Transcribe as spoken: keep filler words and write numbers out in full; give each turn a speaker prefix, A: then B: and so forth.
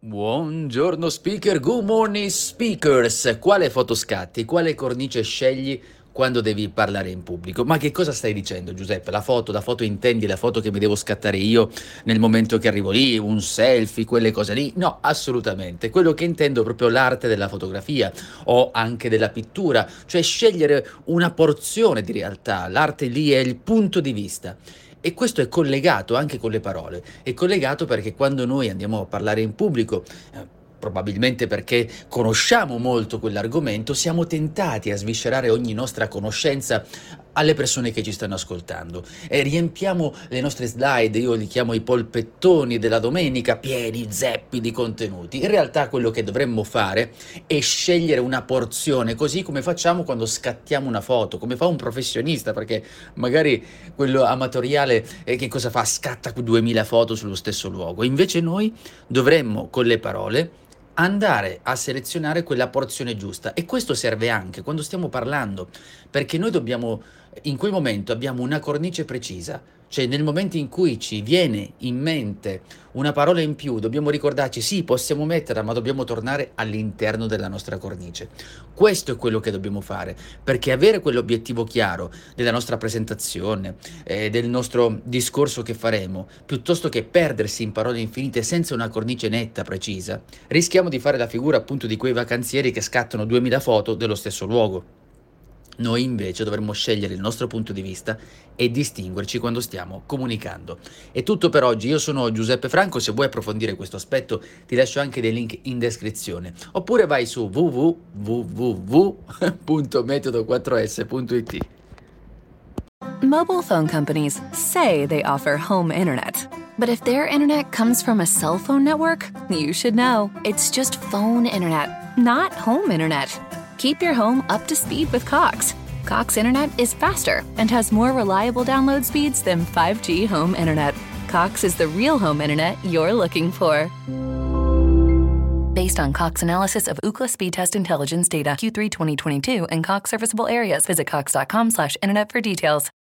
A: Buongiorno speaker, good morning speakers. Quale foto scatti? Quale cornice scegli quando devi parlare in pubblico? Ma che cosa stai dicendo, Giuseppe? La foto, la foto intendi la foto che mi devo scattare io nel momento che arrivo lì, un selfie, quelle cose lì? No, assolutamente. Quello che intendo è proprio l'arte della fotografia o anche della pittura, cioè scegliere una porzione di realtà. L'arte lì è il punto di vista. E questo è collegato anche con le parole, è collegato perché quando noi andiamo a parlare in pubblico, eh, probabilmente perché conosciamo molto quell'argomento, siamo tentati a sviscerare ogni nostra conoscenza alle persone che ci stanno ascoltando e riempiamo le nostre slide, io li chiamo i polpettoni della domenica, pieni zeppi di contenuti. In realtà quello che dovremmo fare è scegliere una porzione, così come facciamo quando scattiamo una foto, come fa un professionista, perché magari quello amatoriale eh, che cosa fa? Scatta duemila foto sullo stesso luogo. Invece noi dovremmo con le parole andare a selezionare quella porzione giusta, e questo serve anche quando stiamo parlando, perché noi dobbiamo, in quel momento abbiamo una cornice precisa, cioè nel momento in cui ci viene in mente una parola in più dobbiamo ricordarci sì, possiamo metterla, ma dobbiamo tornare all'interno della nostra cornice. Questo è quello che dobbiamo fare, perché avere quell'obiettivo chiaro della nostra presentazione, eh, del nostro discorso che faremo, piuttosto che perdersi in parole infinite senza una cornice netta, precisa, rischiamo di fare la figura appunto di quei vacanzieri che scattano duemila foto dello stesso luogo. Noi invece dovremmo scegliere il nostro punto di vista e distinguerci quando stiamo comunicando. È tutto per oggi, io sono Giuseppe Franco, se vuoi approfondire questo aspetto ti lascio anche dei link in descrizione, oppure vai su w w w punto metodo quattro s punto i t.
B: Mobile phone companies say they offer home internet. But if their internet comes from a cell phone network, you should know. It's just phone internet, not home internet. Keep your home up to speed with Cox. Cox Internet is faster and has more reliable download speeds than five G home internet. Cox is the real home internet you're looking for. Based on Cox analysis of Ookla speed test intelligence data Q three twenty twenty-two and Cox serviceable areas, visit cox dot com slash internet for details.